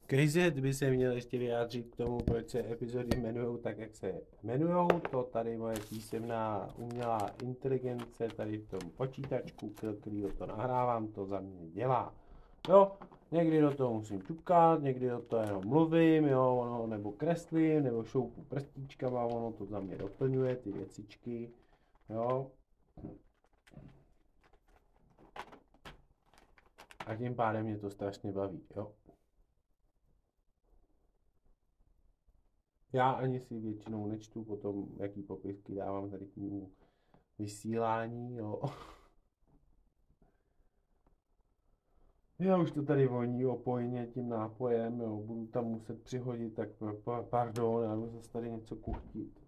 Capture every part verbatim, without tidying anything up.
Krize by se měl ještě vyjádřit k tomu, proč se epizody jmenují tak, jak se jmenují. To tady moje písemná umělá inteligence tady v tom počítačku, který to nahrávám, to za mě dělá. Jo, někdy do toho musím ťukat, někdy do toho jenom mluvím, jo, ono, nebo kreslím, nebo šoupu prstíčkama, ono to za mě doplňuje, ty věcičky, jo. A tím pádem mě to strašně baví, jo. Já ani si většinou nečtu potom, jaký popisky dávám tady k mému vysílání, jo. Já už to tady voní opojně tím nápojem, jo. Budu tam muset přihodit, tak pardon, já budu zase tady něco kuchtit.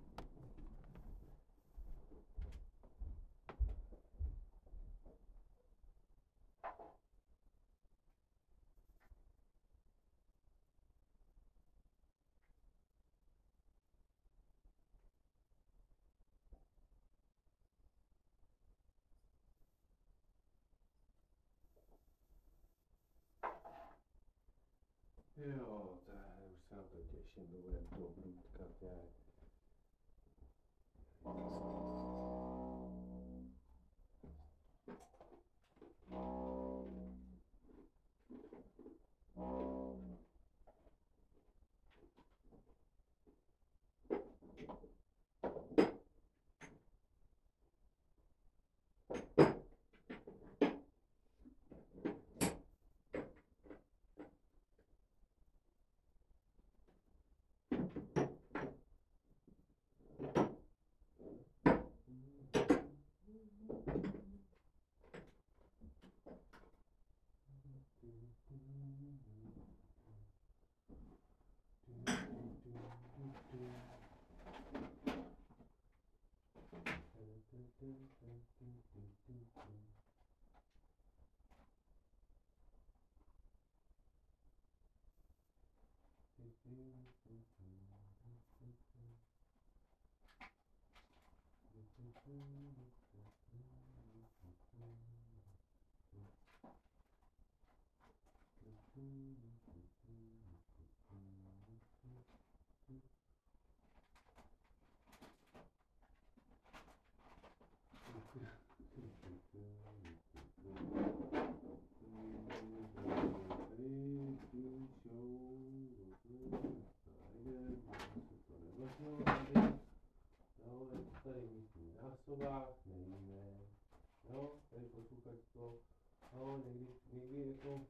Jo, tak už se na to těším, to bude dobrýtka, tak. Nevíme, jo, tady posluchačstvo, no, někdy, někdy jako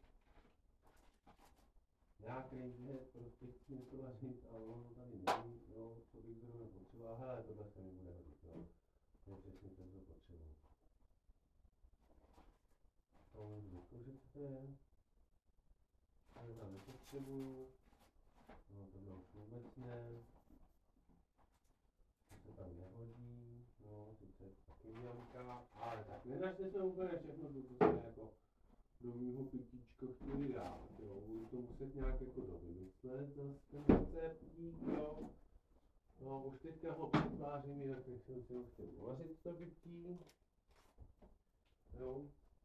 nějaký hned prostě chci něco vařit a ono to tady není, jo, co bych zrovna potřeboval, hele, tohle se mi bude hodit, jo, to je přesně to, co potřebuji. To můžu vykořit, ale tam nepotřebuju, no tohle už vůbec ne, to se tam nehodí, no, sice taky mňamka, ale tak nenašli jsme úplně všechno, to, co jsme jako do mýho pitíčka chtěli dát, jo, budu to muset nějak jako dovymyslet, zase ten receptík, jo, no, už teďka ho přetvářím, jinak jak jsem si ho chtěl uvařit to pití, jo.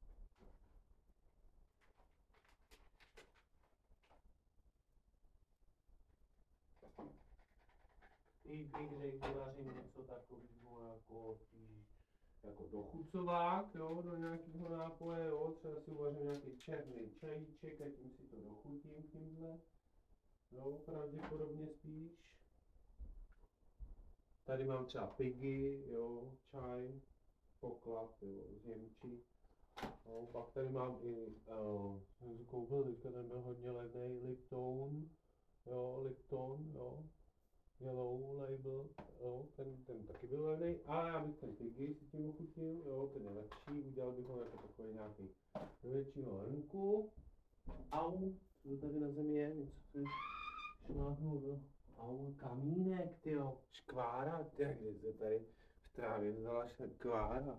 I když uvařím něco takového jako spíš jako dochucovák, jo, do nějakého nápoje, jo, třeba si uvařím nějaký černý čajíček a tím si to dochutím tímhle, jo, pravděpodobně spíš. Tady mám třeba pigy, jo, čaj, poklad, jo, z Němčí. No, pak tady mám i, uh, jsem si koupil, teďka ten byl hodně levnej, Lipton, jo, Lipton, jo. Yellow label, jo, ten, ten taky byl levnej, a já bych ten pigy si tím ochutil, jo, ten je lepší, udělal bych ho jako takový nějaký do většího hrnku. Au, co tady na zemi je, něco se šláhnu, jo. Au, kamínek, tyjo, škvára, tyjo, kde se tady v trávě vzala škvára.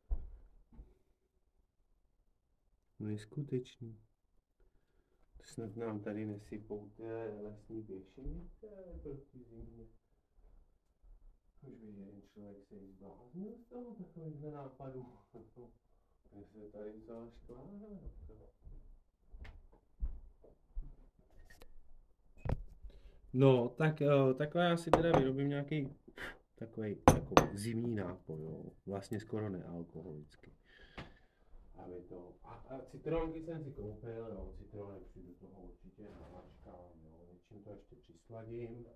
Neskutečný. Snad nám tady nesypou ty lesní pěšiny, proti zimě. Už by jeden člověk se jí zbláznil z toho takovýchhle nápadů. Kde se tady vzala škvára. No, tak uh, takhle já si teda vyrobím nějaký takový jako zimní nápoj, jo. Vlastně skoro nealkoholický. Aby to... A, a citronky jsem si koupil, jo, citronek si do toho určitě namačkám, jo, něčím to ještě přisladím.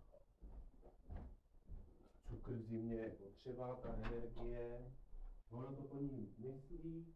Cukr v zimě je potřeba, ta energie, ono to po ní myslí.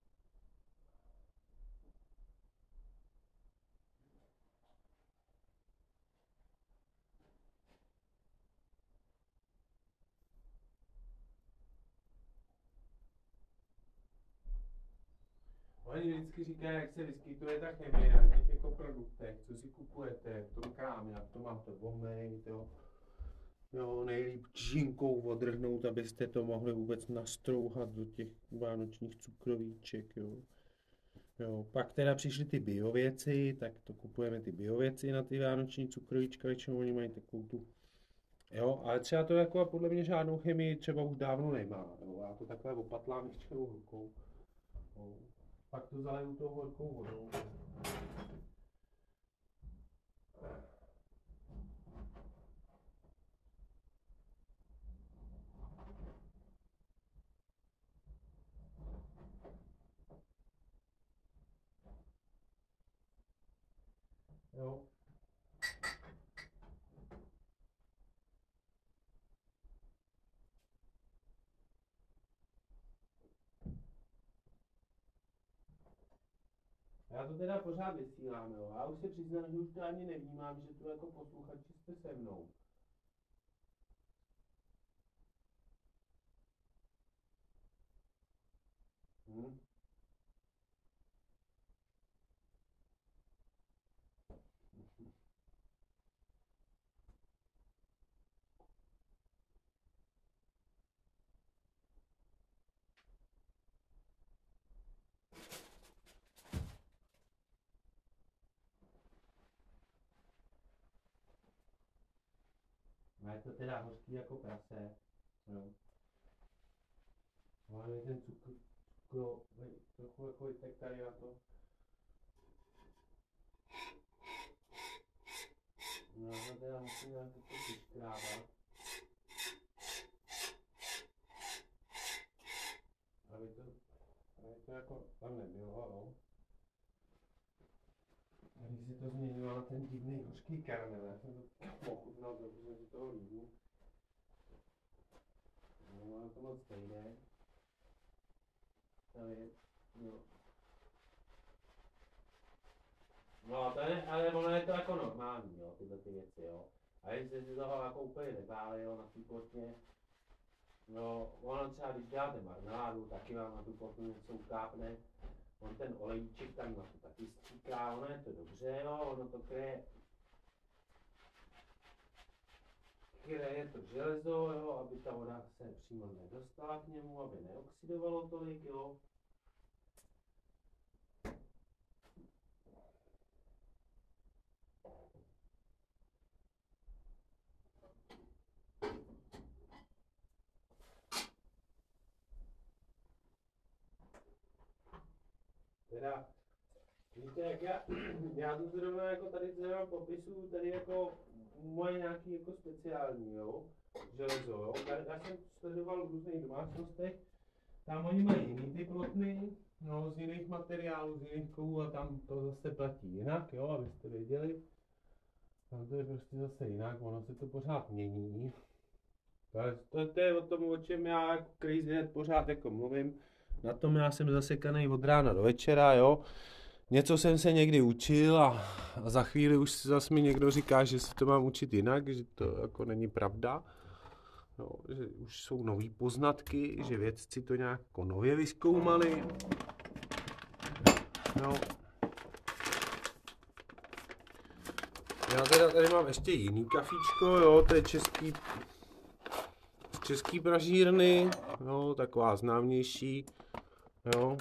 Oni vždycky říkají, jak se vyskytuje ta chemie na těch jako produktech, co si kupujete v tom krámě, jak to máte omejt, jo. Jo, nejlíp žínkou odrhnout, abyste to mohli vůbec nastrouhat do těch vánočních cukrovíček, jo. Jo, pak teda přišly ty biověci, tak to kupujeme ty biověci na ty vánoční cukrovíčka, většinou oni mají takovou tu. Jo, ale třeba to jako podle mě žádnou chemii třeba už dávno nemá, jo, já to takhle opatlám ještě rukou. Jo. Pak to zaleju tou horkou vodou. Jo. Já to teda pořád vysílám, jo. Já už se přiznám, že už to ani nevnímám, že tu jako posluchači jste se mnou. Hm? No je to teda hořký jako prase, jo. Ale ten cukr, cukro, trochu jako tak tady na to. No já to teda musím nějak jako přiškrávat. Aby to, aby to jako tam nebylo, jo. A když si to změnilo na ten divný hořký karamel, já jsem to ochutnal, protože jsem si toho líbí. No, ono to moc nejde. Ta věc, no. No, to je, ale ono je to jako normální, jo, tyhle ty věci, jo. A jestli si toho jako úplně nebáli, jo, na té plotně, no, ono třeba, když děláte marmeládu, taky vám na tu plotnu něco ukápne, on ten olejček tam na to taky stříká, ono je to dobře, jo, ono to kryje, kryje to železo, jo, aby ta voda se přímo nedostala k němu, aby neoxidovalo tolik, jo. Teda, víte, jak já, já to zrovna jako tady zrovna popisu, tady jako moje nějaký jako speciální, jo, železo, jo. Já jsem sledoval v různých domácnostech, tam oni mají jiný ty plotny, no, z jiných materiálů, z jiných kovů a tam to zase platí jinak, jo, abyste věděli. Tam to je prostě zase jinak, ono se to pořád mění. To, to, to je o tom, o čem já jako Crazy Head pořád jako mluvím. Na tom já jsem zasekaný od rána do večera, jo. Něco jsem se někdy učil a, a za chvíli už zase mi někdo říká, že se to mám učit jinak, že to jako není pravda. No, že už jsou nový poznatky, že vědci to nějak jako nově vyzkoumali. No. Já teda tady mám ještě jiný kafíčko, jo, to je český, český pražírny, jo, taková známější, jo.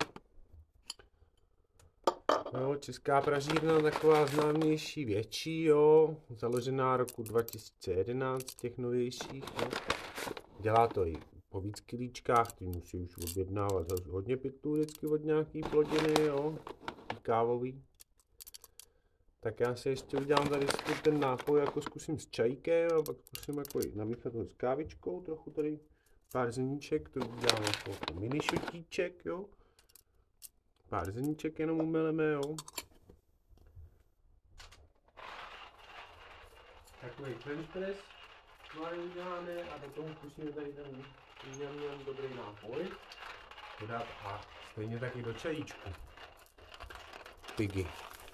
Jo, česká pražírna, taková známější, větší, jo, založená roku dva tisíce jedenáct, těch novějších, jo. Dělá to i po víc kilíčkách, ty musí už objednávat hodně pytlů vždycky od nějaký plodiny, jo, kávový. Tak já si ještě udělám tady ten nápoj, jako zkusím s čajkem a pak zkusím jako i namíchat ho s kávičkou, trochu tady pár zrníček, to udělám jako mini šutíček, jo. Pár zrníček jenom umeleme, jo. Takový French press malý uděláme a potom zkusíme tady ten mňam dobrý nápoj dodat a stejně taky do čajíčku. Piggy.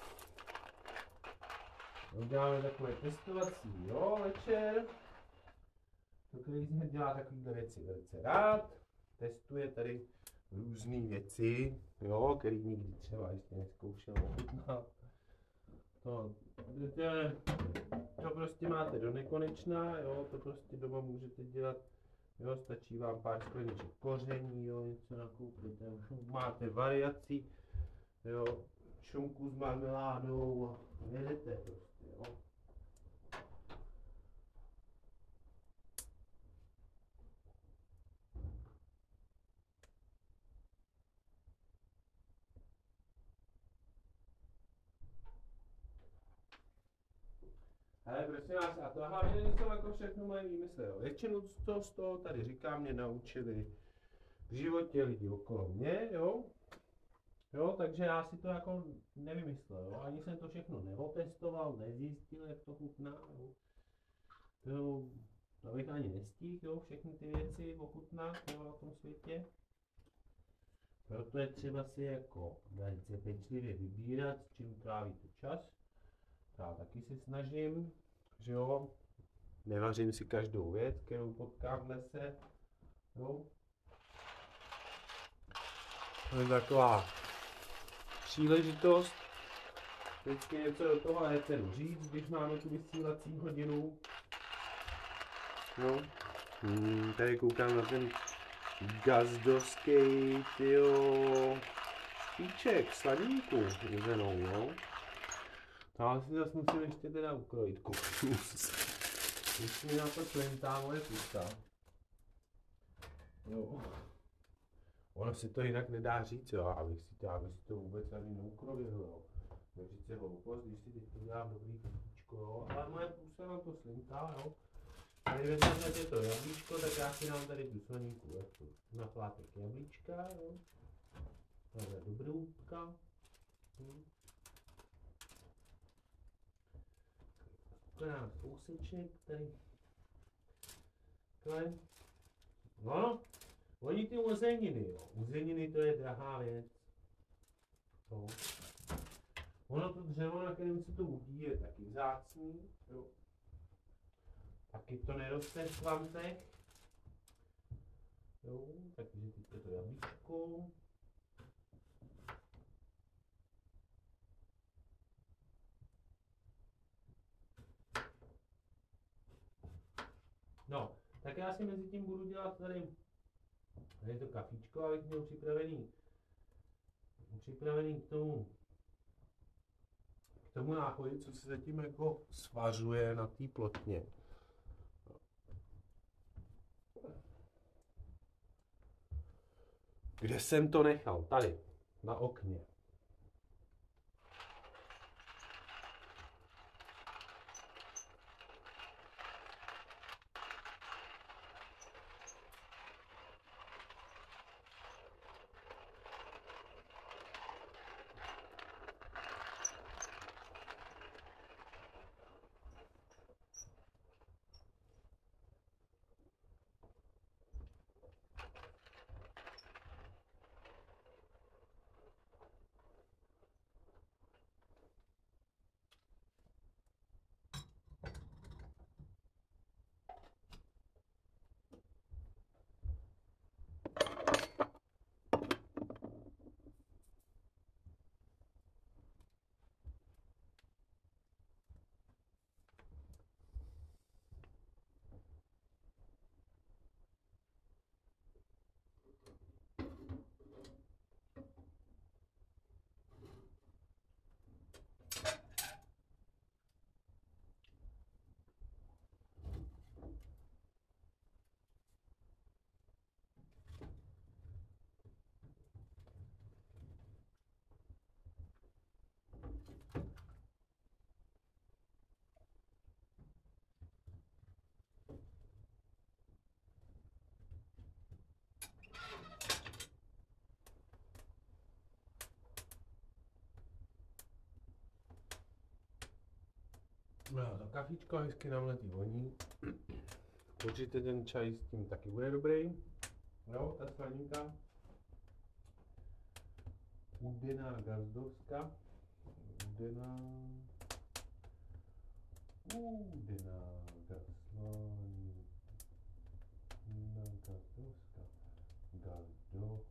Uděláme takové testovací, jo, večer. To Crazy dělá takovýhle věci velice rád. Testuje tady různé věci, jo, který nikdy třeba ještě neskoušel ochutnat. To, to prostě máte do nekonečna, jo, to prostě doma můžete dělat, jo, stačí vám pár skleniček koření, jo, něco nakoupit, máte variací, jo, šunku s marmeládou, jedete prostě, jo. Ale prosím vás, a to hlavně nejsou jako všechno moje výmysly, jo. Většinu z toho, z toho tady říkám, mě naučili v životě lidi okolo mě, jo. Jo, takže já si to jako nevymyslel, jo. Ani jsem to všechno neotestoval, nezjistil, jak to chutná, jo. To, to bych ani nestihl, jo, všechny ty věci ochutnat, jo, na tom světě. Proto je třeba si jako velice pečlivě vybírat, s čím trávíte čas. Já taky se snažím, že jo, nevařím si každou věc, kterou potkám v lese, jo. To je taková příležitost, vždycky něco do toho éteru říct, když máme tu vysílací hodinu. No, hmm, tady koukám na ten gazdovský, tyjo, špíček, sladínku uzenou, no. Já si zase musím ještě teda ukrojit kus. Už mi na to klentá moje pusta. Jo. Ono si to jinak nedá říct, jo, abych si to, abych si to vůbec ani neukrojil, jo. Takže se hloupost, když si teď udělám dobrý kutíčko, jo. Ale moje pusta nám to slintá, jo. Tady vezmete to jablíčko, tak já si dám tady tu slaninku, jako na plátek jablíčka, jo. Tady dobrůbka. Hm. Dám kouseček tady. Takhle. No, oni ty uzeniny, jo. Uzeniny to je drahá věc. To. Ono to dřevo, na kterém se to udí, je taky vzácný, jo. Taky to neroste v kvantech. Jo, takže teď to jablíčko. No, tak já si mezi tím budu dělat tady, tady to kafíčko, abych měl připravený, připravený k tomu, k tomu nápoji, co se zatím jako svařuje na té plotně. Kde jsem to nechal? Tady, na okně. No, to kafíčko hezky namletý voní. Určitě ten čaj s tím taky bude dobrý. Jo, ta slaninka. Udená gazdovská. Udená... Udená gazdovská. Gazdovská. Gazdovská.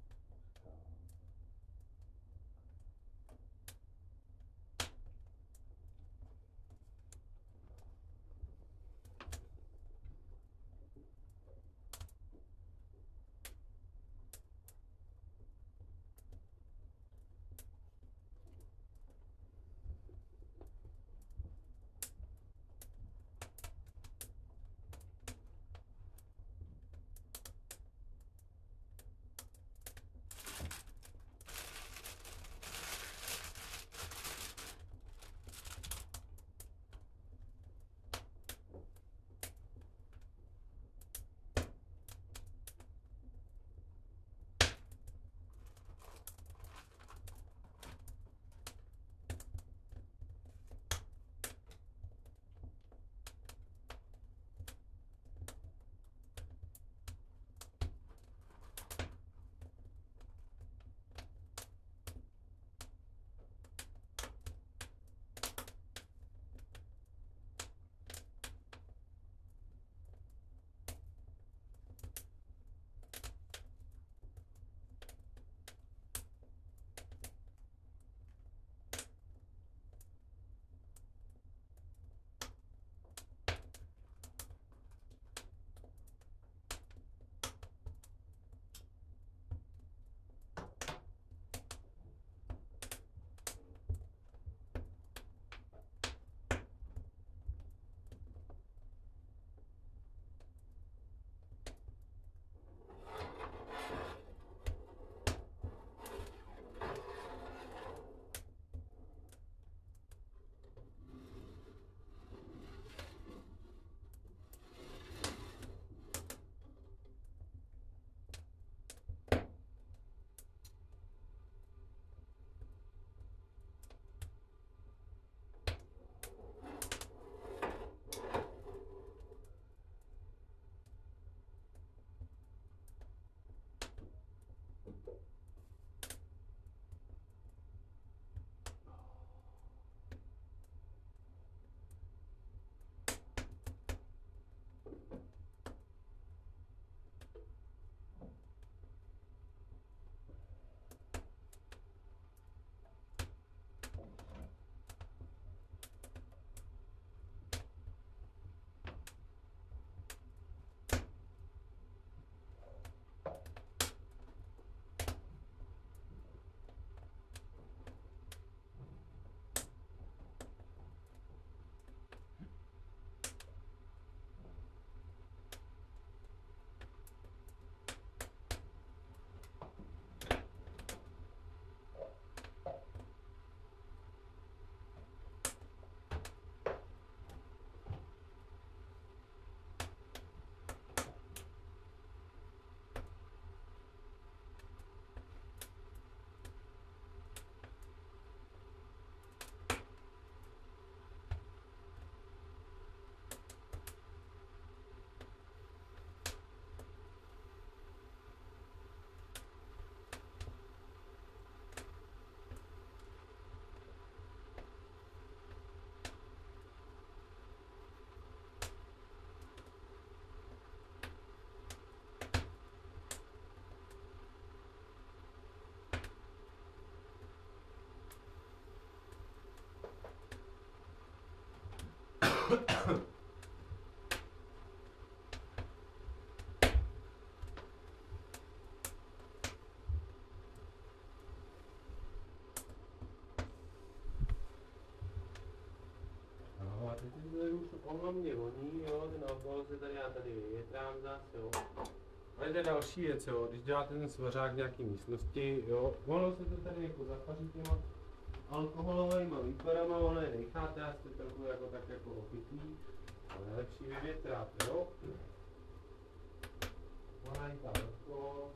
No a teď tady už ohromně voní, jo, ten alkohol se tady, já tady vyvětrám zase, jo. A je to další věc, jo, když děláte ten svařák v nějaké místnosti, jo, ono se to tady jako zapaří těma alkoholovými výparama, ono je necháte a jste trochu jako tak jako opitý, ale je lepší vyvětrat, jo. Ona je ta alkohol.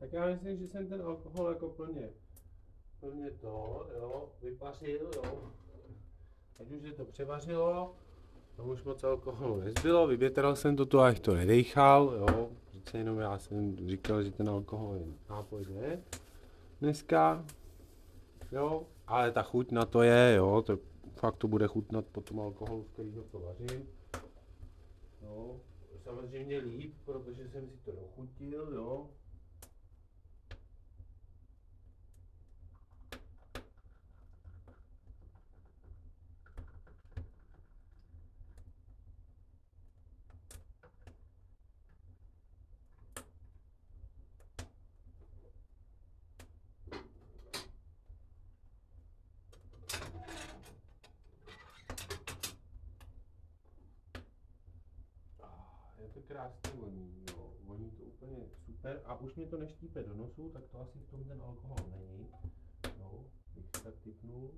Tak já myslím, že jsem ten alkohol jako plně, plně to, jo, vypařil, jo. Ať už se to převařilo, tam už moc alkoholu nezbylo, vyvětral jsem to tu, až to nedejchal, jo. Přece jenom já jsem říkal, že ten alkohol je nápoj, ne? Dneska, jo, ale ta chuť na to je, jo, to fakt to bude chutnat po tom alkoholu, z kterého to vařím. Jo, samozřejmě líp, protože jsem si to dochutil, jo. Je to krásně voní, jo, voní to úplně super a už mě to neštípe do nosu, tak to asi v tom ten alkohol není, jo, bych si tak tipnul.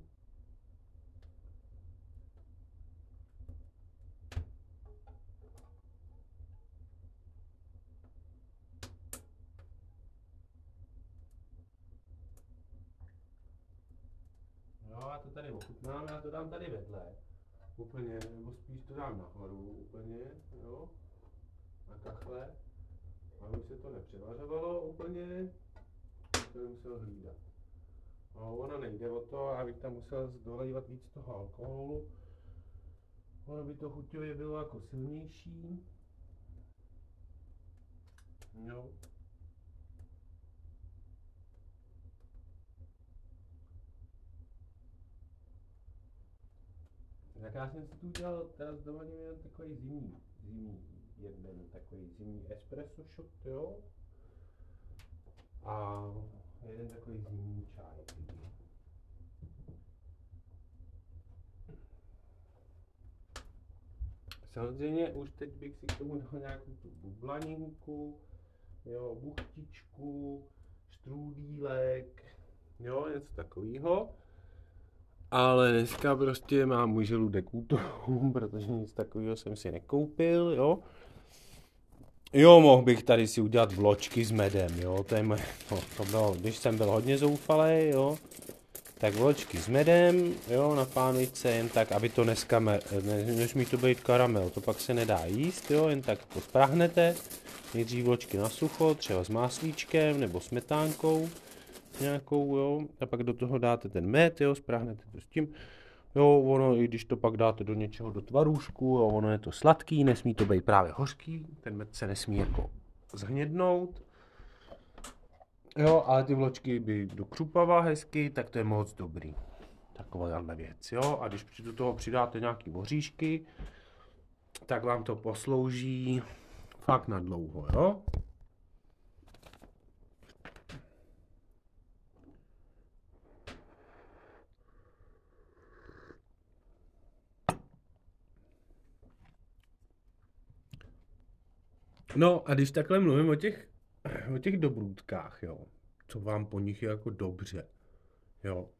Jo, já to tady ochutnám, já to dám tady vedle, úplně, nebo spíš to dám nahoru, úplně, jo, na kachle, aby se to nepřevařovalo úplně, to nemusel hlídat. No, ono nejde o to, abych tam musel dolejvat víc toho alkoholu, ono by to chuťově bylo jako silnější, jo. Tak já jsem si tu udělal teda s dovolením jeden takový zimní, zimní, jeden takový zimní espresso shot, jo. A jeden takový zimní čaj. Samozřejmě už teď bych si k tomu dal nějakou tu bublaninku, jo, buchtičku, štrůdílek, jo, něco takového. Ale dneska prostě mám můj žaludek útohům, protože nic takového jsem si nekoupil, jo. Jo, mohl bych tady si udělat vločky s medem, jo, to je moje, no, to bylo, když jsem byl hodně zoufalý, jo, tak vločky s medem, jo, na pánvičce, jen tak, aby to neskame, ne, nesmí to být karamel, to pak se nedá jíst, jo, jen tak jako spráhnete, nejdřív vločky na sucho, třeba s máslíčkem nebo smetánkou, nějakou, jo, a pak do toho dáte ten med, jo, spráhnete to s tím, jo, ono, i když to pak dáte do něčeho, do tvarůžku, jo, ono je to sladký, nesmí to být právě hořký, ten med se nesmí jako zhnědnout, jo, ale ty vločky by dokřupava hezky, tak to je moc dobrý, taková věc, jo, a když do toho přidáte nějaký oříšky, tak vám to poslouží fakt na dlouho, jo. No a když takhle mluvím o těch, o těch dobrůdkách, jo, co vám po nich je jako dobře, jo,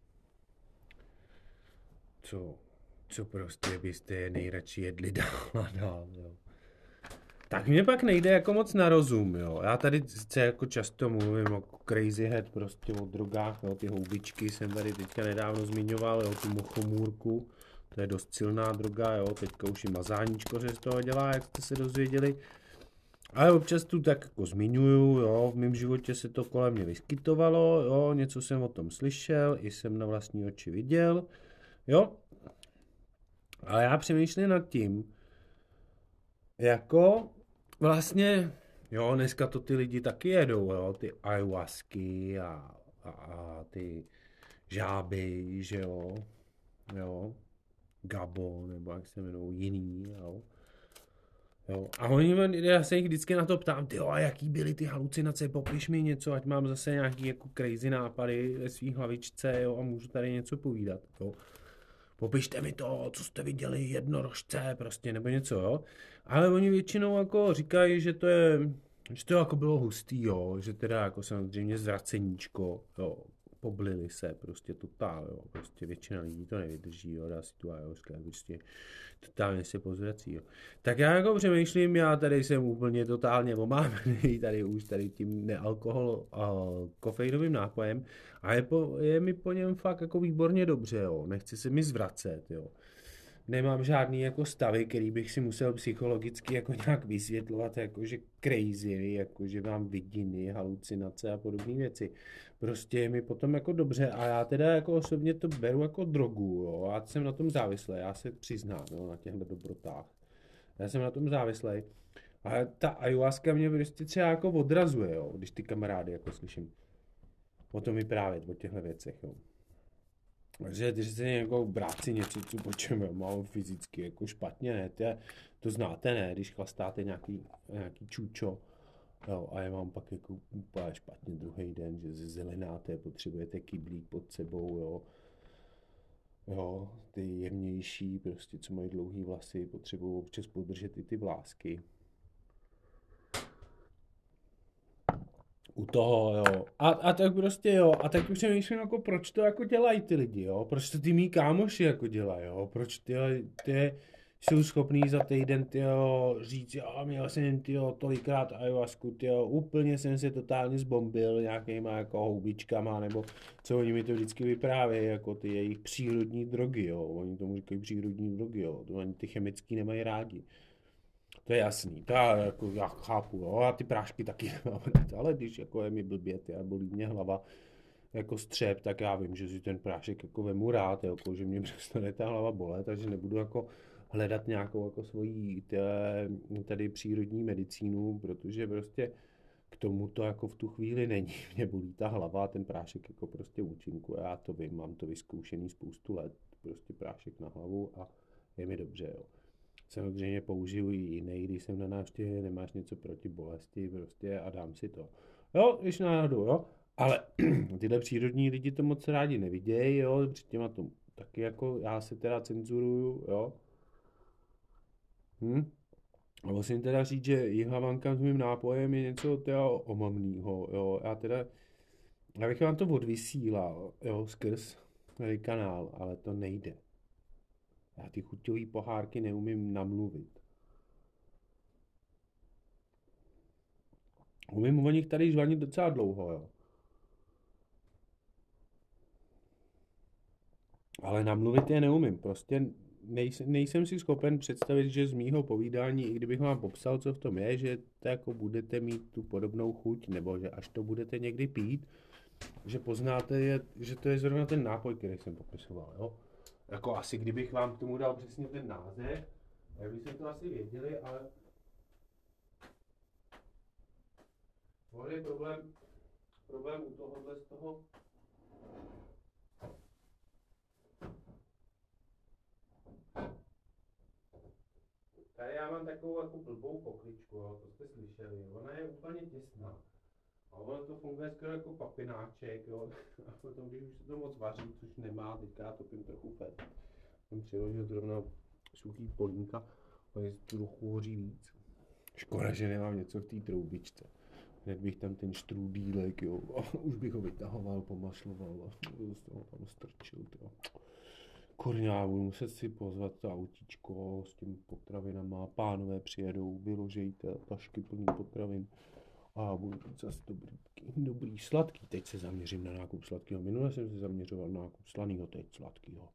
co, co prostě byste je nejradši jedli dál a dál, jo. Tak mě pak nejde jako moc na rozum, jo, já tady sice jako často mluvím o Crazy Head, prostě o drogách, jo, ty houbičky jsem tady teďka nedávno zmiňoval, jo, tu mochomůrku, to je dost silná droga, jo, teďka už i mazáníčko se z toho dělá, jak jste se dozvěděli. Ale občas tu tak jako zmiňuju, jo, v mém životě se to kolem mě vyskytovalo, jo, něco jsem o tom slyšel, i jsem na vlastní oči viděl, jo. Ale já přemýšlím nad tím, jako vlastně, jo, dneska to ty lidi taky jedou, jo, ty ayahuasky a, a, a ty žáby, že jo, jo, gabo, nebo jak se jmenou, jiný, jo. Jo, a oni, já se jich vždycky na to ptám, tyjo, a jaký byly ty halucinace, popiš mi něco, ať mám zase nějaký jako crazy nápady ve svý hlavičce, jo, a můžu tady něco povídat, jo. Popište mi to, co jste viděli, jednorožce, prostě, nebo něco, jo. Ale oni většinou jako říkají, že to je, že to jako bylo hustý, jo, že teda jako samozřejmě zvraceníčko, jo, poblili se, prostě totál, jo, prostě většina lidí to nevydrží, jo, dá si tu ayahuasku, prostě totálně se pozvrací, jo. Tak já jako přemýšlím, já tady jsem úplně totálně omámený, tady už tady tím nealkohol a kofeinovým nápojem a je, po, je mi po něm fakt jako výborně dobře, jo, nechci se mi zvracet, jo. Nemám žádný jako stavy, který bych si musel psychologicky jako nějak vysvětlovat, jakože crazy, jakože mám vidiny, halucinace a podobné věci. Prostě je mi potom jako dobře a já teda jako osobně to beru jako drogu, jo. Já jsem na tom závislý, já se přiznám, jo, na těchto dobrotách. Já jsem na tom závislý. Ale ta ayahuasca mě prostě třeba jako odrazuje, jo, když ty kamarády jako slyším o tom vyprávět, o těchto věcech, jo. Takže když se jako brát si něco, co po čem já mám fyzicky jako špatně, ne, to, to znáte, ne, když chlastáte nějaký, nějaký čůčo, jo, a já mám pak jako úplně špatně druhý den, že zelenáte, potřebujete kyblík pod sebou, jo, jo, ty jemnější, prostě, co mají dlouhý vlasy, potřebují občas podržet i ty vlásky. U toho, jo. A, a tak prostě, jo. A tak už přemýšlím, jako proč to jako dělají ty lidi, jo. Proč to ty mý kámoši jako dělají, jo. Proč ty, ty jsou schopný za týden, ty říct, jo, měl jsem, ty tolikrát ayahuasku, ty úplně jsem se totálně zbombil nějakýma jako houbičkama, nebo co oni mi to vždycky vyprávějí, jako ty jejich přírodní drogy, jo. Oni tomu říkají přírodní drogy, jo. To ani ty chemický nemají rádi. To je jasný, to já, jako, já chápu, jo, a ty prášky taky nemám, ale když jako je mi blbě, já bolí mě hlava jako střep, tak já vím, že si ten prášek jako vemu rád, jako, že mě přestane ta hlava bolet, takže nebudu jako hledat nějakou jako svoji tady přírodní medicínu, protože prostě k tomu to jako v tu chvíli není, mě bolí ta hlava a ten prášek jako prostě účinkuje, já to vím, mám to vyzkoušený spoustu let, prostě prášek na hlavu a je mi dobře, jo. Samozřejmě použiju i jiný, když jsem na návštěvě, nemáš něco proti bolesti prostě a dám si to. Jo, když náhodou, jo, ale tyhle přírodní lidi to moc rádi nevidějí, jo, před těma to taky jako, já se teda cenzuruju, jo. Hm? A musím teda říct, že jihlavanka s mým nápojem je něco teda omamnýho, jo, já teda, já bych vám to odvysílal, jo, skrz tady kanál, ale to nejde. Já ty chuťový pohárky neumím namluvit. Umím o nich tady žvanit docela dlouho, jo. Ale namluvit je neumím. Prostě nejsem, nejsem si schopen představit, že z mýho povídání, i kdybych vám popsal, co v tom je, že to jako budete mít tu podobnou chuť, nebo že až to budete někdy pít, že poznáte, je, že to je zrovna ten nápoj, který jsem popisoval, jo. Jako asi kdybych vám k tomu dal přesně ten název, tak byste to asi věděli, ale tohle je problém, problém u tohohle z toho. Tady já mám takovou jako blbou pokličku, jo, to jste slyšeli, ona je úplně těsná. A ono to funguje skoro jako papináček, jo, a potom, když už se to moc vaří, což nemá, teďka já topím trochu fet. Jsem přiložil zrovna suchý polínka, ale trochu hoří víc. Škoda, že nemám něco v té troubičce. Hned bych tam ten štrůdílek, jo, a už bych ho vytahoval, pomašloval a z toho tam strčil, jo. Kurňa, budu muset si pozvat to autíčko s těmi potravinama, pánové přijedou, vyložejte tašky plný potravin. A budu mít zase dobrý, dobrý sladký. Teď se zaměřím na nákup sladkého. Minule jsem se zaměřoval na nákup slaného, teď sladkého.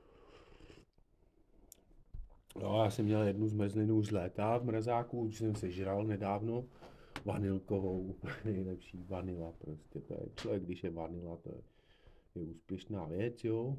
No, já jsem měl jednu zmrzlinu už z léta v mrazáku, už jsem sežral nedávno. Vanilkovou, nejlepší vanila prostě. To je člověk, když je vanila, to je, je úspěšná věc, jo.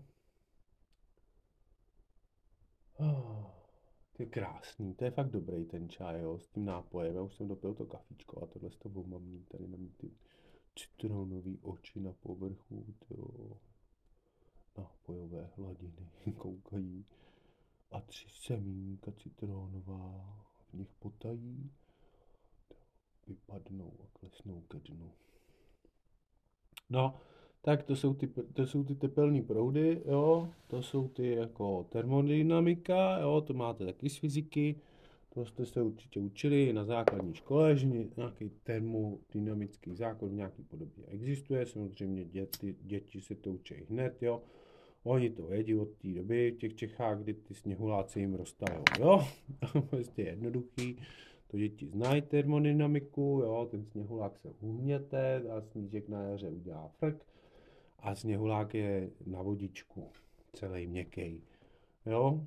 Oh. To je krásný, to je fakt dobrý ten čaj, jo, s tím nápojem. Já už jsem dopil to kafíčko a tohle s tobou mám tady na ty citronový oči na povrchu, jo. Nápojové hladiny koukají a tři semínka citronová v nich potají, vypadnou a klesnou ke dnu. No, tak to jsou ty, to jsou ty tepelné proudy, jo, to jsou ty jako termodynamika, jo, to máte taky z fyziky, To jste se určitě učili na základní škole, že nějaký termodynamický zákon v nějaký podobě existuje. Samozřejmě děti, děti se to učí hned, jo. Oni to vědí od té doby v těch Čechách, kdy ty sněhuláci jim roztajou, jo. Prostě jednoduchý. To děti znají termodynamiku, jo. Ten sněhulák se uhněte a snížek na jaře udělá frk. A sněhulák je na vodičku, celý měkký, jo.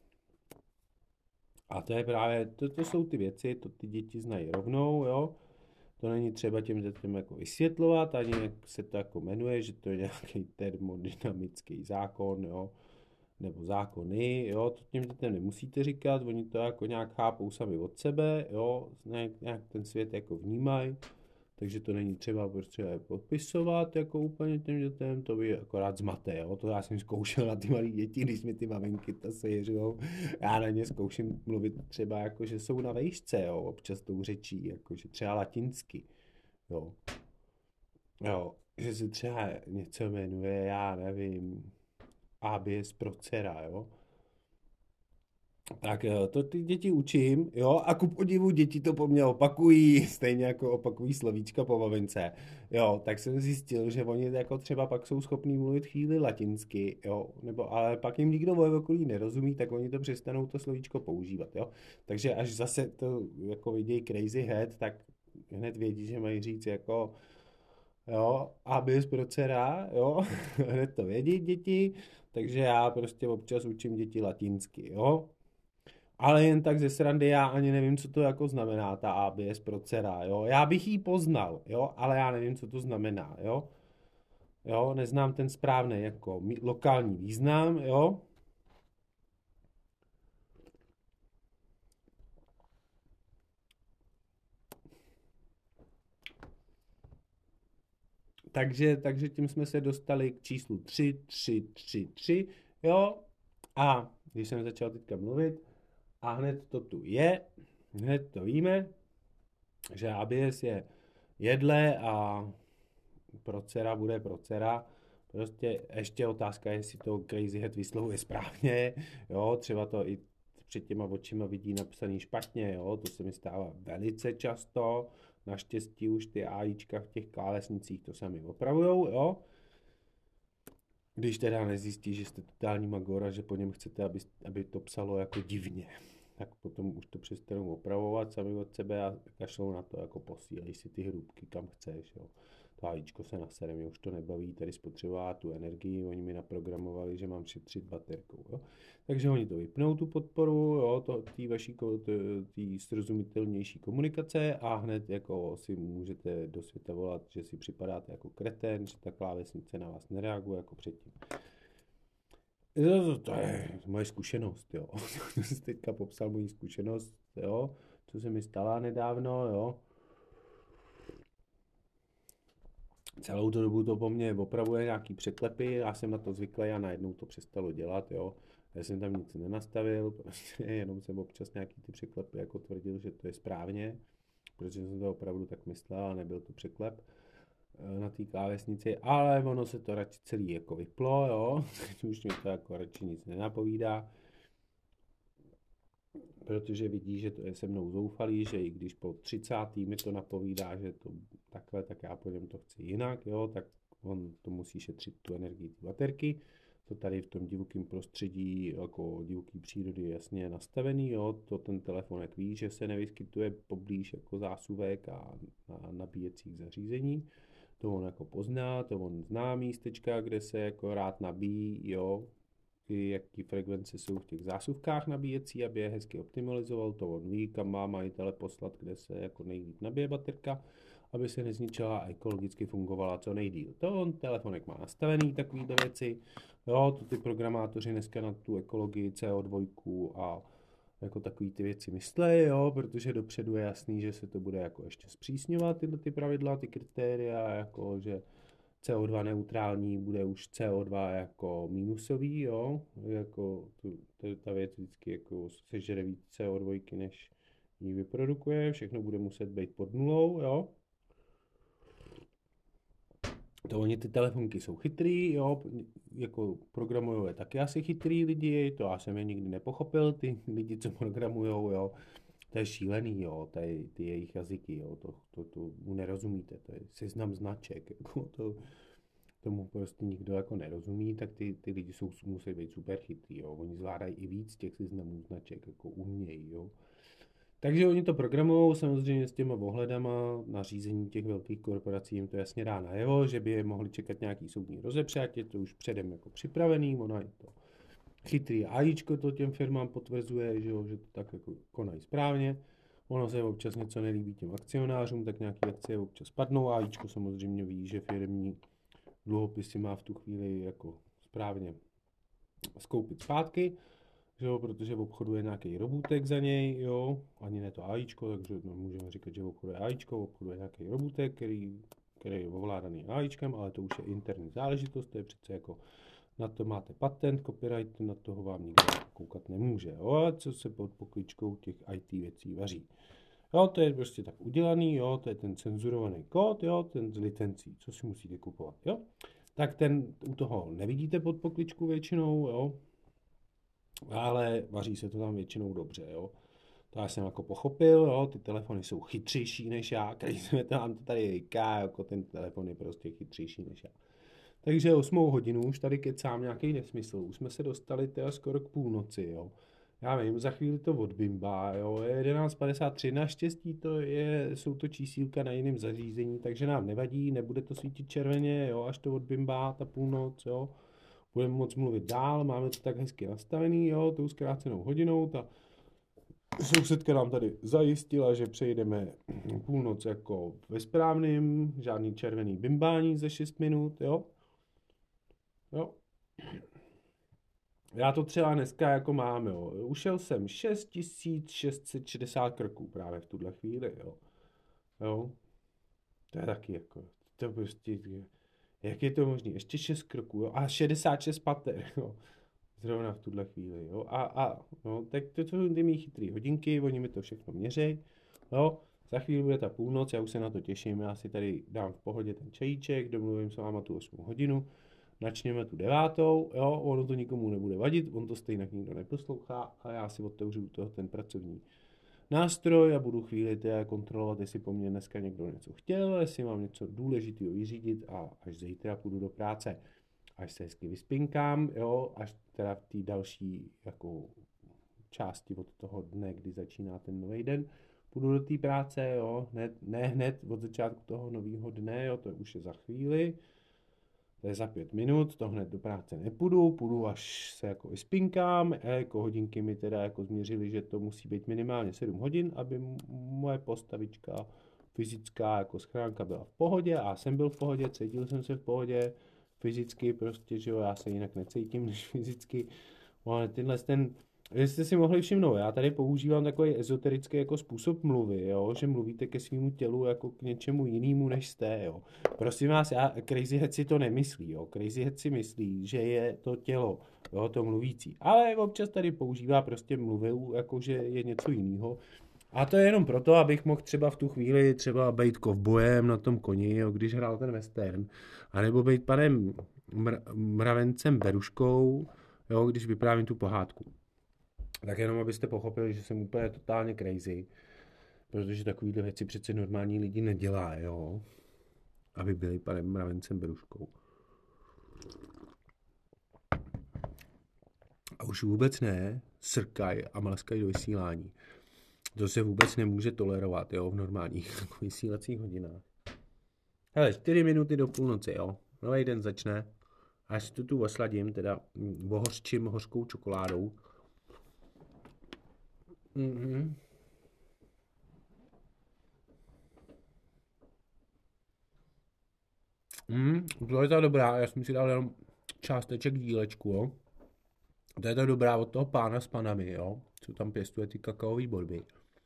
A to je právě, to, to jsou ty věci, to ty děti znají rovnou, jo. To není třeba těm dětem jako vysvětlovat, ani jak se to jako jmenuje, že to je nějaký termodynamický zákon, jo. Nebo zákony, jo, to těm dětem nemusíte říkat, oni to jako nějak chápou sami od sebe, jo, nějak, nějak ten svět jako vnímají. Takže to není třeba prostě popisovat jako úplně těm dětem, to by akorát zmaté, jo. To já jsem zkoušel na ty malé děti, když mi ty maminky to sejeřujou. Já na ně zkouším mluvit třeba jako, že jsou na vejšce, jo, občas tou řečí, jako, že třeba latinsky, jo. Jo, že se třeba něco jmenuje, já nevím, habeas procera, jo. Tak to ty děti učím, jo, a ku podivu děti to po mně opakují, stejně jako opakují slovíčka po mamince, jo, tak jsem zjistil, že oni jako třeba pak jsou schopní mluvit chvíli latinsky, jo, nebo ale pak jim nikdo v okolí nerozumí, tak oni to přestanou to slovíčko používat, jo, takže až zase to jako vidějí crazy head, tak hned vědí, že mají říct jako, jo, habeas procera, jo, hned to vědí děti, takže já prostě občas učím děti latinsky, jo. Ale jen tak ze srandy, já ani nevím, co to jako znamená, ta habeas procera, jo. Já bych ji poznal, jo, ale já nevím, co to znamená, jo. Jo, neznám ten správný jako lokální význam, jo. Takže, takže tím jsme se dostali k číslu tři, tři, tři, tři, jo. A když jsem začal teďka mluvit, a hned to tu je, hned to víme, že habeas je jedle a procera bude procera. Prostě ještě otázka, jestli to crazy head vyslovuje správně, jo, třeba to i před těma očima vidí napsaný špatně, jo, to se mi stává velice často, naštěstí už ty AIčka v těch klávesnicích to sami opravujou, jo. Když teda nezjistí, že jste totální magor a že po něm chcete, aby, aby to psalo jako divně, tak potom už to přestanou opravovat sami od sebe a kašlou na to, jako posílej si ty hrubky kam chceš, jo. To AIčko se nasere, mě už to nebaví, tady spotřebovat tu energii, oni mi naprogramovali, že mám šetřit baterkou, jo. Takže oni to vypnou, tu podporu, jo, to, tý vaší, tý srozumitelnější komunikace a hned jako si můžete do světa volat, že si připadáte jako kretén, že ta klávesnice na vás nereaguje jako předtím. To, to je moje zkušenost, jo. To jsem teďka popsal moji zkušenost, jo, co se mi stala nedávno, jo. Celou tu dobu to po mně opravuje nějaký překlepy, já jsem na to zvyklý a najednou to přestalo dělat, jo. Já jsem tam nic nenastavil, prostě jenom jsem občas nějaký ty překlepy jako tvrdil, že to je správně, protože jsem to opravdu tak myslel a nebyl to překlep na té klávesnici, ale ono se to radši celý jako vyplo, jo, už mi to jako radši nic nenapovídá, protože vidí, že to je se mnou zoufalý, že i když po třicátý mi to napovídá, že to takhle, tak já po něm to chci jinak, jo, tak on to musí šetřit tu energii ty baterky, to tady v tom divokém prostředí, jako divoký přírody je jasně nastavený, jo, to ten telefonek ví, že se nevyskytuje poblíž jako zásuvek a nabíjecích zařízení, to on jako pozná, to on zná místečka, kde se jako rád nabíjí, jo, i jaký frekvence jsou v těch zásuvkách nabíjecí, aby je hezky optimalizoval, to on ví, kam má majitele poslat, kde se jako nejlíp nabije baterka, aby se nezničila a ekologicky fungovala co nejdýl. To on telefonek má nastavený, takovýhle věci, jo, to ty programátoři dneska na tu ekologii C O dva a jako takový ty věci myslej, jo, protože dopředu je jasný, že se to bude jako ještě zpřísňovat tyhle ty pravidla, ty kritéria, jako že C O dva neutrální bude už C O dva jako minusový, jo, jako tu, tu, ta věc vždycky jako sežere víc C O dva, než ji vyprodukuje, všechno bude muset být pod nulou, jo. To oni ty telefonky jsou chytrý, jo, jako programujou je taky asi chytrý lidi, to já jsem je nikdy nepochopil, ty lidi, co programujou, jo. To je šílený, jo, ty, ty jejich jazyky, jo, to, to, to mu nerozumíte, to je seznam značek, jako to, tomu prostě nikdo jako nerozumí, tak ty, ty lidi jsou, musí být super chytrý, jo, oni zvládají i víc těch seznamů značek, jako umějí, jo. Takže oni to programují samozřejmě s těma ohledama na řízení těch velkých korporací, jim to jasně dá najevo, že by je mohli čekat nějaký soudní rozepřát, je to už předem jako připravený, ona je to chytrý AIčko to těm firmám potvrzuje, že, jo, že to tak jako konají správně. Ono se občas něco nelíbí těm akcionářům, tak nějaké akcie občas padnou. AIčko samozřejmě ví, že firmní dluhopisy má v tu chvíli jako správně skoupit zpátky, že jo, protože obchoduje nějaký robůtek za něj, jo, ani ne to AIčko, takže no, můžeme říkat, že obchoduje AIčko, obchoduje nějaký robůtek, který, který je ovládaný AIčkem, ale to už je interní záležitost, to je přece jako na to máte patent, copyright, na toho vám nikdo koukat nemůže. Jo? A co se pod pokličkou těch í té věcí vaří. Jo, to je prostě tak udělaný, jo, to je ten cenzurovaný kód, jo, ten z licencí, co si musíte kupovat, jo. Tak ten u toho nevidíte pod pokličku většinou, jo, ale vaří se to tam většinou dobře, jo. To já jsem jako pochopil, jo, ty telefony jsou chytřejší než já, který jsme tam to tady říká, jako ten telefon je prostě chytřejší než já. Takže osmou hodinu už tady kecám nějaký nesmysl. Už jsme se dostali teda skoro k půlnoci, jo. Já vím, za chvíli to odbimbá, jo. Je jedenáct padesát tři, naštěstí to je, jsou to čísílka na jiném zařízení, takže nám nevadí, nebude to svítit červeně, jo, až to odbimbá ta půlnoc, jo. Budeme moc mluvit dál, máme to tak hezky nastavený, jo, tou zkrácenou hodinou. Ta sousedka nám tady zajistila, že přejdeme půlnoc jako ve správným, žádný červený bimbání za šest minut, jo. Jo. Já to třeba dneska jako mám, jo. Ušel jsem šest tisíc šest set šedesát kroků právě v tuhle chvíli, jo. Jo. To je taky jako, to prostě, jak je to možné? Ještě šest kroků, jo. A šedesát šest pater, jo. Zrovna v tuhle chvíli, jo. A, a, no, tak to jsou ty mý chytrý hodinky, oni mi to všechno měřejí, jo. Za chvíli bude ta půlnoc, já už se na to těším, já si tady dám v pohodě ten čajíček, domluvím s váma tu osmou hodinu. Načněme tu devátou, jo, ono to nikomu nebude vadit, on to stejně nikdo neposlouchá a já si otevřu toho ten pracovní nástroj a budu chvíli teda kontrolovat, jestli po mně dneska někdo něco chtěl, jestli mám něco důležitého vyřídit a až zítra půjdu do práce, až se hezky vyspinkám, jo, až teda v té další jako části od toho dne, kdy začíná ten nový den, půjdu do té práce, jo, ne, ne hned od začátku toho nového dne, jo, to už je za chvíli. To je za pět minut, to hned do práce nepůjdu, půjdu až se jako vyspinkám, jako hodinky mi teda jako změřili, že to musí být minimálně sedm hodin, aby moje postavička fyzická jako schránka byla v pohodě a já jsem byl v pohodě, cítil jsem se v pohodě, fyzicky prostě, že jo, já se jinak necítím než fyzicky, ale tenhle ten, jste si mohli všimnout, já tady používám takový ezoterický jako způsob mluvy, jo, že mluvíte ke svému tělu jako k něčemu jinému, než jste, jo. Prosím vás, já, Crazy Head si to nemyslí, jo. Crazy Head si myslí, že je to tělo, jo, to mluvící. Ale občas tady používá prostě mluvu, jako že je něco jiného. A to je jenom proto, abych mohl třeba v tu chvíli třeba být kovbojem na tom koni, jo, když hrál ten western, anebo být panem mr- mravencem Beruškou, jo, když vyprávím tu pohádku. Tak jenom abyste pochopili, že jsem úplně totálně crazy, protože takovýhle věci přece normální lidi nedělá, jo, aby byli panem mravencem Beruškou. A už vůbec ne, srkaj a mlaskaj do vysílání. To se vůbec nemůže tolerovat, jo, v normálních vysílacích hodinách. Hele, čtyři minuty do půlnoci, jo, nový den začne, až to tu osladím, teda ohořčím hořkou čokoládou. Mhm. Mm, to je ta dobrá, já jsem si dal jenom částeček dílečku, jo. To je ta dobrá od toho pána s panami, jo, co tam pěstuje ty kakaový borby.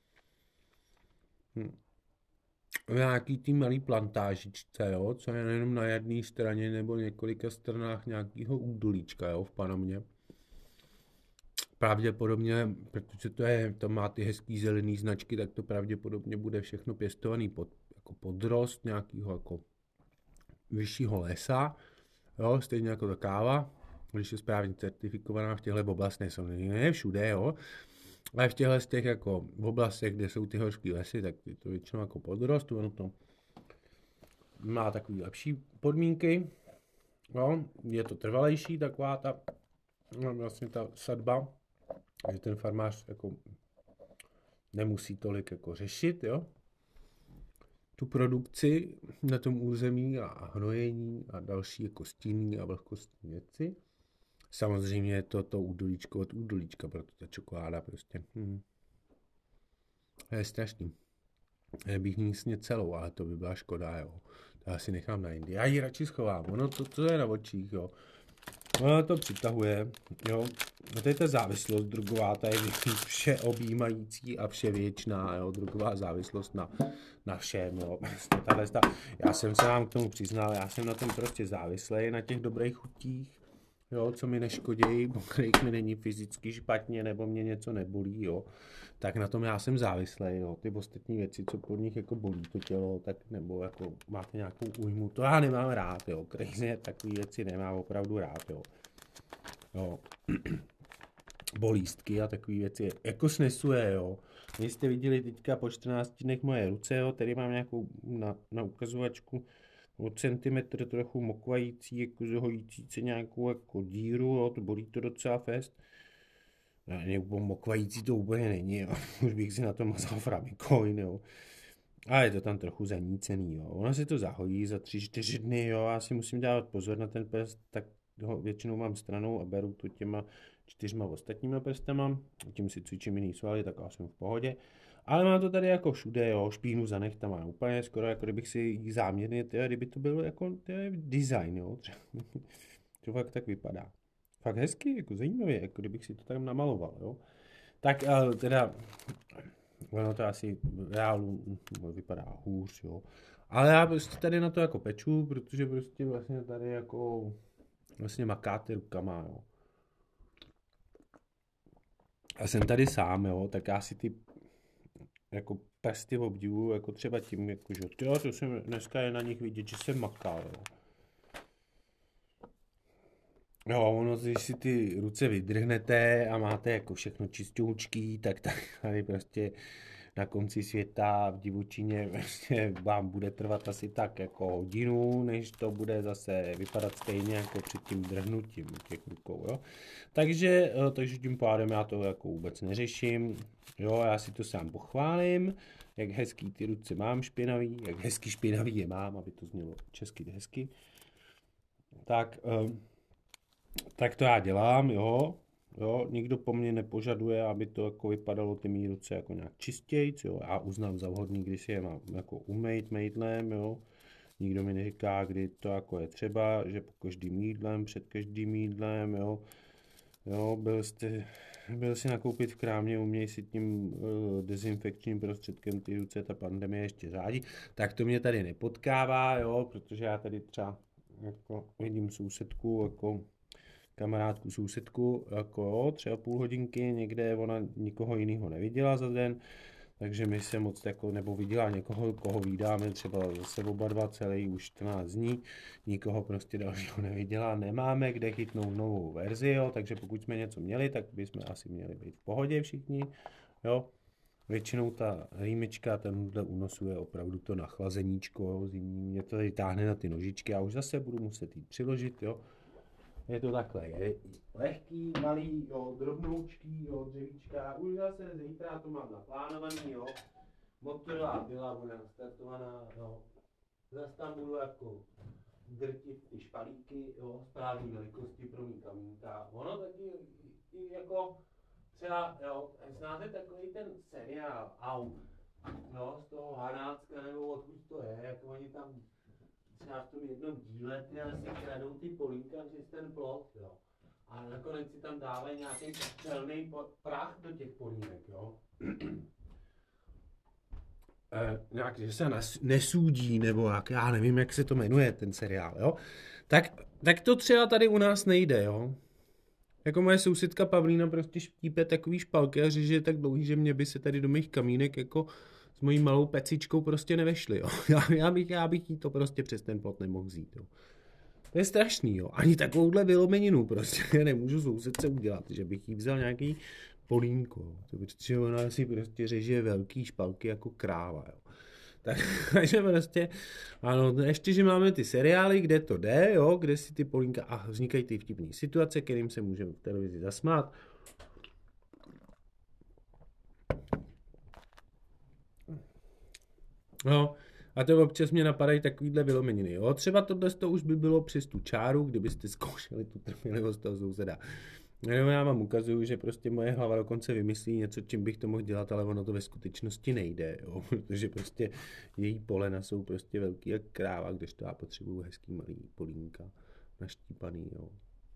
Hm. Nějaký ty malý plantážičce, jo, co je jenom na jedné straně nebo několika stranách nějakého údolíčka, jo, v Panamě. Pravděpodobně, protože to je, to má ty hezký zelený značky, tak to pravděpodobně bude všechno pěstovaný pod, jako podrost nějakého jako vyššího lesa, jo, stejně jako ta káva, když je správně certifikovaná v těchto oblastech, samozřejmě ne všude, jo, Ale v těchto z těch jako v oblastech, kde jsou ty horské lesy, tak ty to většinou jako podrostu, ono to má takový lepší podmínky. No, je to trvalejší taková ta no, vlastně ta sadba, že ten farmář jako nemusí tolik jako řešit, jo, tu produkci na tom území a, a hnojení a další jako stínní a vlhkostní věci. Samozřejmě je to to údolíčko od údolíčka, proto ta čokoláda prostě. Hm. To je strašný. Já bych ní sněd celou, ale to by byla škoda, jo. To já si nechám na jindy. Já ji radši schovám, ono to, to je na očích, jo. Ono to přitahuje, jo. No to je ta závislost drogová, ta je všeobjímající a vševěčná, jo. Drogová závislost na, na všem, jo. Tahle, ta, já jsem se vám k tomu přiznal, já jsem na tom prostě závislý, na těch dobrých chutích, jo, co mi neškodějí, po kterých mi není fyzicky špatně, nebo mě něco nebolí, jo. Tak na tom já jsem závislý, jo. Ty ostatní věci, co pod nich jako bolí to tělo, tak nebo jako máte nějakou újmu, to já nemám rád, jo. Crazy takové věci nemám opravdu rád, jo. Jo. Bolístky a takové věci, jako snesuje, jo. Vy jste viděli teďka po čtrnácti dnech moje ruce, jo, tady mám nějakou na, na ukazovačku o centimetr trochu mokvající, jako zhojící se nějakou jako díru, jo, to bolí to docela fest. Ne, mokvající to úplně není, jo. Už bych si na to mazal Framikoin, jo. Ale je to tam trochu zanícený, jo. Ono se to zahojí za tři, čtyři dny, jo. Já si musím dávat pozor na ten prst, tak ho většinou mám stranou a beru to těma čtyřma ostatníma prstama. Tím si cvičím jiný svaly, tak já jsem v pohodě. Ale mám to tady jako všude, jo, špínu za nechtama, úplně skoro jako kdybych si jí záměrně, tyjo, kdyby to bylo jako tyjo, design, jo. To fakt tak vypadá. Fakt hezky, jako zajímavě, jako kdybych si to tam namaloval, jo. Tak teda, ono to asi v reálu vypadá hůř, jo. Ale já prostě tady na to jako peču, protože prostě vlastně tady jako vlastně makáte rukama, jo. A jsem tady sám, jo, tak já si ty jako prsty obdivuju, jako třeba tím, jako, že jo, to jsem, dneska je na nich vidět, že jsem makal, jo. Jo, ono, když si ty ruce vydrhnete a máte jako všechno čistoučký, tak tady prostě na konci světa v divočině vlastně vám bude trvat asi tak jako hodinu, než to bude zase vypadat stejně jako před tím drhnutím těch rukou, jo. Takže, takže tím pádem já to jako vůbec neřeším, jo, já si to sám pochválím, jak hezký ty ruce mám špinavý, jak hezky špinavý je mám, aby to znělo česky hezky. Tak, tak to já dělám, jo. Jo, nikdo po mně nepožaduje, aby to jako vypadalo ty mý ruce jako nějak čistějc, jo. Já uznám za vhodný, když si je mám jako umýt mejdlem, jo. Nikdo mi neříká, kdy to jako je třeba, že po každým jídlem, před každým jídlem, jo. Jo, byl jste, byl si nakoupit v krámě, uměj si tím uh, dezinfekčním prostředkem ty ruce, ta pandemie ještě řádí, tak to mě tady nepotkává, jo, protože já tady třeba jako vidím sousedku, jako kamarádku, sousedku, jako třeba půl hodinky, někde ona nikoho jiného neviděla za den, takže my se moc jako, nebo viděla někoho, koho vídáme třeba zase oba dva celý už čtrnáct dní, nikoho prostě dalšího neviděla, nemáme kde chytnout novou verzi, jo, takže pokud jsme něco měli, tak bychom asi měli být v pohodě všichni, jo. Většinou ta rýmička, tenhle únosu je opravdu to nachlazeníčko, jo, zimní, mě to tady táhne na ty nožičky, já už zase budu muset jít přiložit, jo. Je to takhle, je lehký, malý, jo, drobnoučký, jo, dřevíčka, už zase zítra to mám naplánovaný, jo, motorová byla, bude nastartovaná, jo, zase tam budu jako drtit ty špalíky, jo, správný velikosti pro mý kamínka, ono taky i jako třeba, jo, znáte takový ten seriál Au, jo, z toho Hanácka nebo odkud to je, jak oni tam třeba v tom jednom díle ty asi kradou ty polínka přes ten plot, jo. A nakonec si tam dávají nějaký čelný prach do těch polínek, jo. e, nějak, že se nes, nesůdí, nebo jak, já nevím, jak se to jmenuje, ten seriál, jo. Tak, tak to třeba tady u nás nejde, jo. Jako moje sousedka Pavlína prostě štípe takový špalky a řeže je tak dlouhý, že mě by se tady do mých kamínek jako s mojí malou pecičkou prostě nevešly, jo. Já, já, bych, já bych jí to prostě přes ten plot nemohl vzít, jo. To je strašný, jo. Ani takovouhle vylomeninu prostě nemůžu sousedce udělat, že bych jí vzal nějaký polínko, to protože ona si prostě řeže velký špalky jako kráva, jo. Tak, takže prostě, ano, ještě, že máme ty seriály, kde to jde, jo, kde si ty polínka, a vznikají ty vtipné situace, kterým se můžeme v televizi zasmát. No, a to občas mě napadají takovýhle vylomeniny, jo. Třeba tohle to už by bylo přes tu čáru, kdybyste zkoušeli tu trpělivost toho souseda. Jenom já vám ukazuju, že prostě moje hlava dokonce vymyslí něco, čím bych to mohl dělat, ale ono to ve skutečnosti nejde, jo. Protože prostě její polena jsou prostě velký jak kráva, kdežto já potřebuju hezký malý polínka, naštípaný, jo.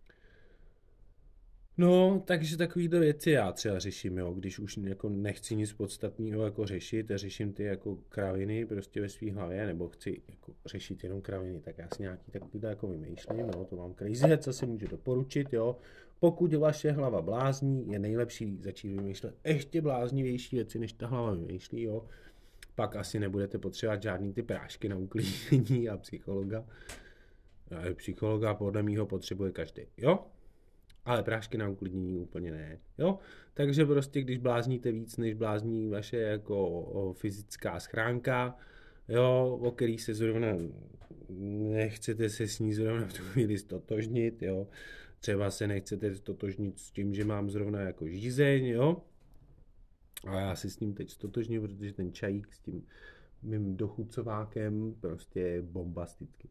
No, takže takovýhle věci já třeba řeším, jo, když už jako nechci nic podstatného jako řešit a řeším ty jako kraviny prostě ve svý hlavě, nebo chci jako řešit jenom kraviny, tak já si nějaký takovýhle jako vymýšlím, jo, to vám Crazy Head si může doporučit, jo. Pokud vaše hlava blázní, je nejlepší začít vymýšlet ještě bláznivější věci, než ta hlava vymýšlí, jo. Pak asi nebudete potřebovat žádný ty prášky na uklízení a psychologa. A psychologa podle mýho potřebuje každý, jo. Ale prášky na uklidnění úplně ne, jo? Takže prostě, když blázníte víc, než blázní vaše jako o, fyzická schránka, jo, o který se zrovna nechcete se s ní zrovna v tu chvíli stotožnit, jo? Třeba se nechcete stotožnit s tím, že mám zrovna jako žízeň, jo? A já si s ním teď stotožním, protože ten čajík s tím mým dochucovákem prostě je bombastický.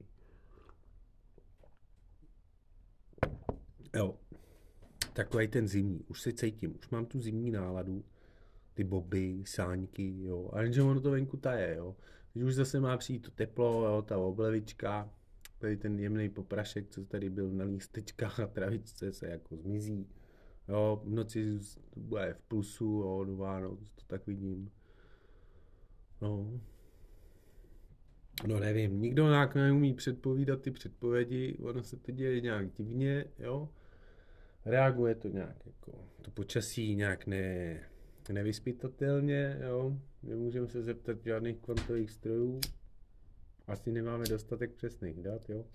Jo. Takový ten zimní, už se cítím, už mám tu zimní náladu, ty boby, sáňky, jo, a jenže ono to venku taje, jo, když už zase má přijít to teplo, jo, ta oblevička, tady ten jemný poprašek, co tady byl na lístečkách a travičce, se jako zmizí, jo, v noci bude v plusu, jo, do Vánoc, to tak vidím, no, no nevím, nikdo nějak neumí předpovídat ty předpovědi, ono se to děje nějak divně, jo, reaguje to nějak jako, to počasí nějak ne, nevyspytatelně, jo. Nemůžeme se zeptat žádných kvantových strojů. Asi nemáme dostatek přesných dat, jo.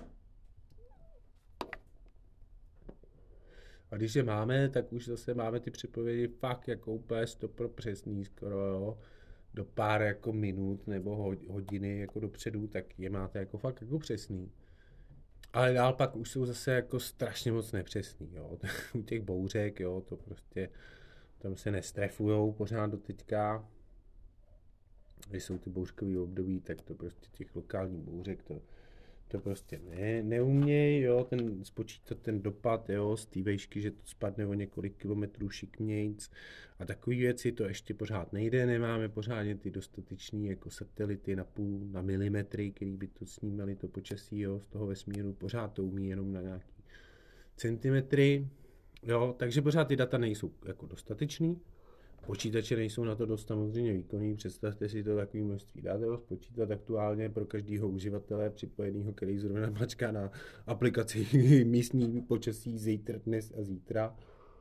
A když je máme, tak už zase máme ty předpovědi fakt jako úplně sto procent přesný skoro, jo. Do pár jako minut nebo hodiny jako dopředu, tak je máte jako fakt jako přesný. Ale dál pak už jsou zase jako strašně moc nepřesný, jo. U těch bouřek, jo, to prostě, tam se nestrefujou pořád do teďka. Když jsou ty bouřkový období, tak to prostě těch lokálních bouřek, to, to prostě ne, neumějí, jo, ten spočítat ten dopad, jo, z té vejšky, že to spadne o několik kilometrů šikmějc a takové věci, to ještě pořád nejde, nemáme pořádně ty dostatečný jako satelity na půl, na milimetry, který by to snímali to počasí, jo, z toho vesmíru, pořád to umí jenom na nějaký centimetry, jo, takže pořád ty data nejsou jako dostatečný. Počítače nejsou na to dost samozřejmě výkonný, představte si to takové množství dat, spočítat aktuálně pro každého uživatele připojeného, který zrovna mačká na aplikaci místní počasí zítra, dnes a zítra.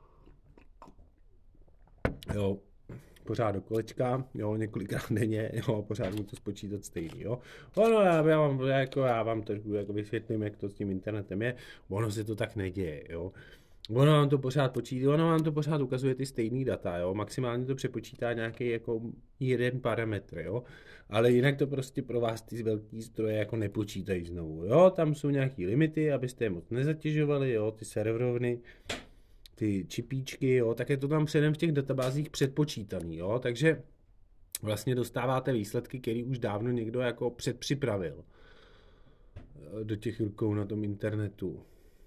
Jo, pořád do kolečka, jo, několikrát denně, jo, pořád mu to spočítat stejný, jo. Ono, já, já, vám, jako, já vám trošku jako vysvětlím, jak to s tím internetem je, ono se to tak neděje, jo. Ono vám to pořád počítá, ono vám to pořád ukazuje ty stejný data, jo, maximálně to přepočítá nějaký jako jeden parametr, jo, ale jinak to prostě pro vás ty velký stroje jako nepočítají znovu, jo, tam jsou nějaký limity, abyste je moc nezatěžovali, jo, ty serverovny, ty čipíčky, jo, tak je to tam předem v těch databázích předpočítaný, jo, takže vlastně dostáváte výsledky, které už dávno někdo jako předpřipravil do těch rukou na tom internetu.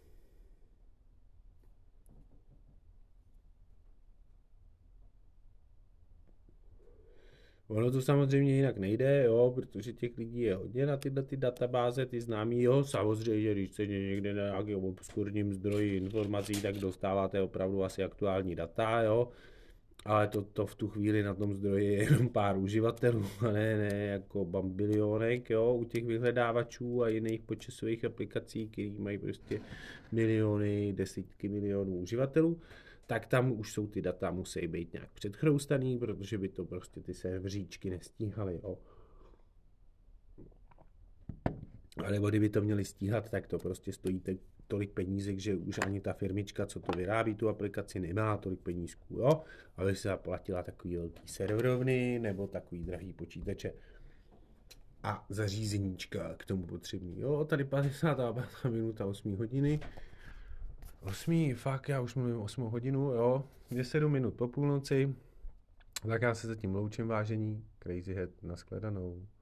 Ono to samozřejmě jinak nejde, jo, protože těch lidí je hodně na tyhle ty databáze, ty známí, jo, samozřejmě, když se někde na nějakém obskurním zdroji informací, tak dostáváte opravdu asi aktuální data, jo, ale to, to v tu chvíli na tom zdroji je jenom pár uživatelů, a ne, ne jako bambilionek, jo, u těch vyhledávačů a jiných počasových aplikací, který mají prostě miliony, desítky milionů uživatelů, tak tam už jsou ty data, musí být nějak předchroustaný, protože by to prostě ty serveříčky nestíhaly, jo. A nebo kdyby to měli stíhat, tak to prostě stojí te- tolik penízek, že už ani ta firmička, co to vyrábí, tu aplikaci, nemá tolik penízků, jo? Aby se zaplatila takový velký serverovny nebo takový drahý počítače a zařízeníčka k tomu potřebný. Jo, tady padesátá pátá minuta osm hodiny. osm, fakt, já už mluvím osm hodinu, jo. Je sedm minut po půlnoci. Tak já se zatím loučím, vážení. Crazy Head, nashledanou.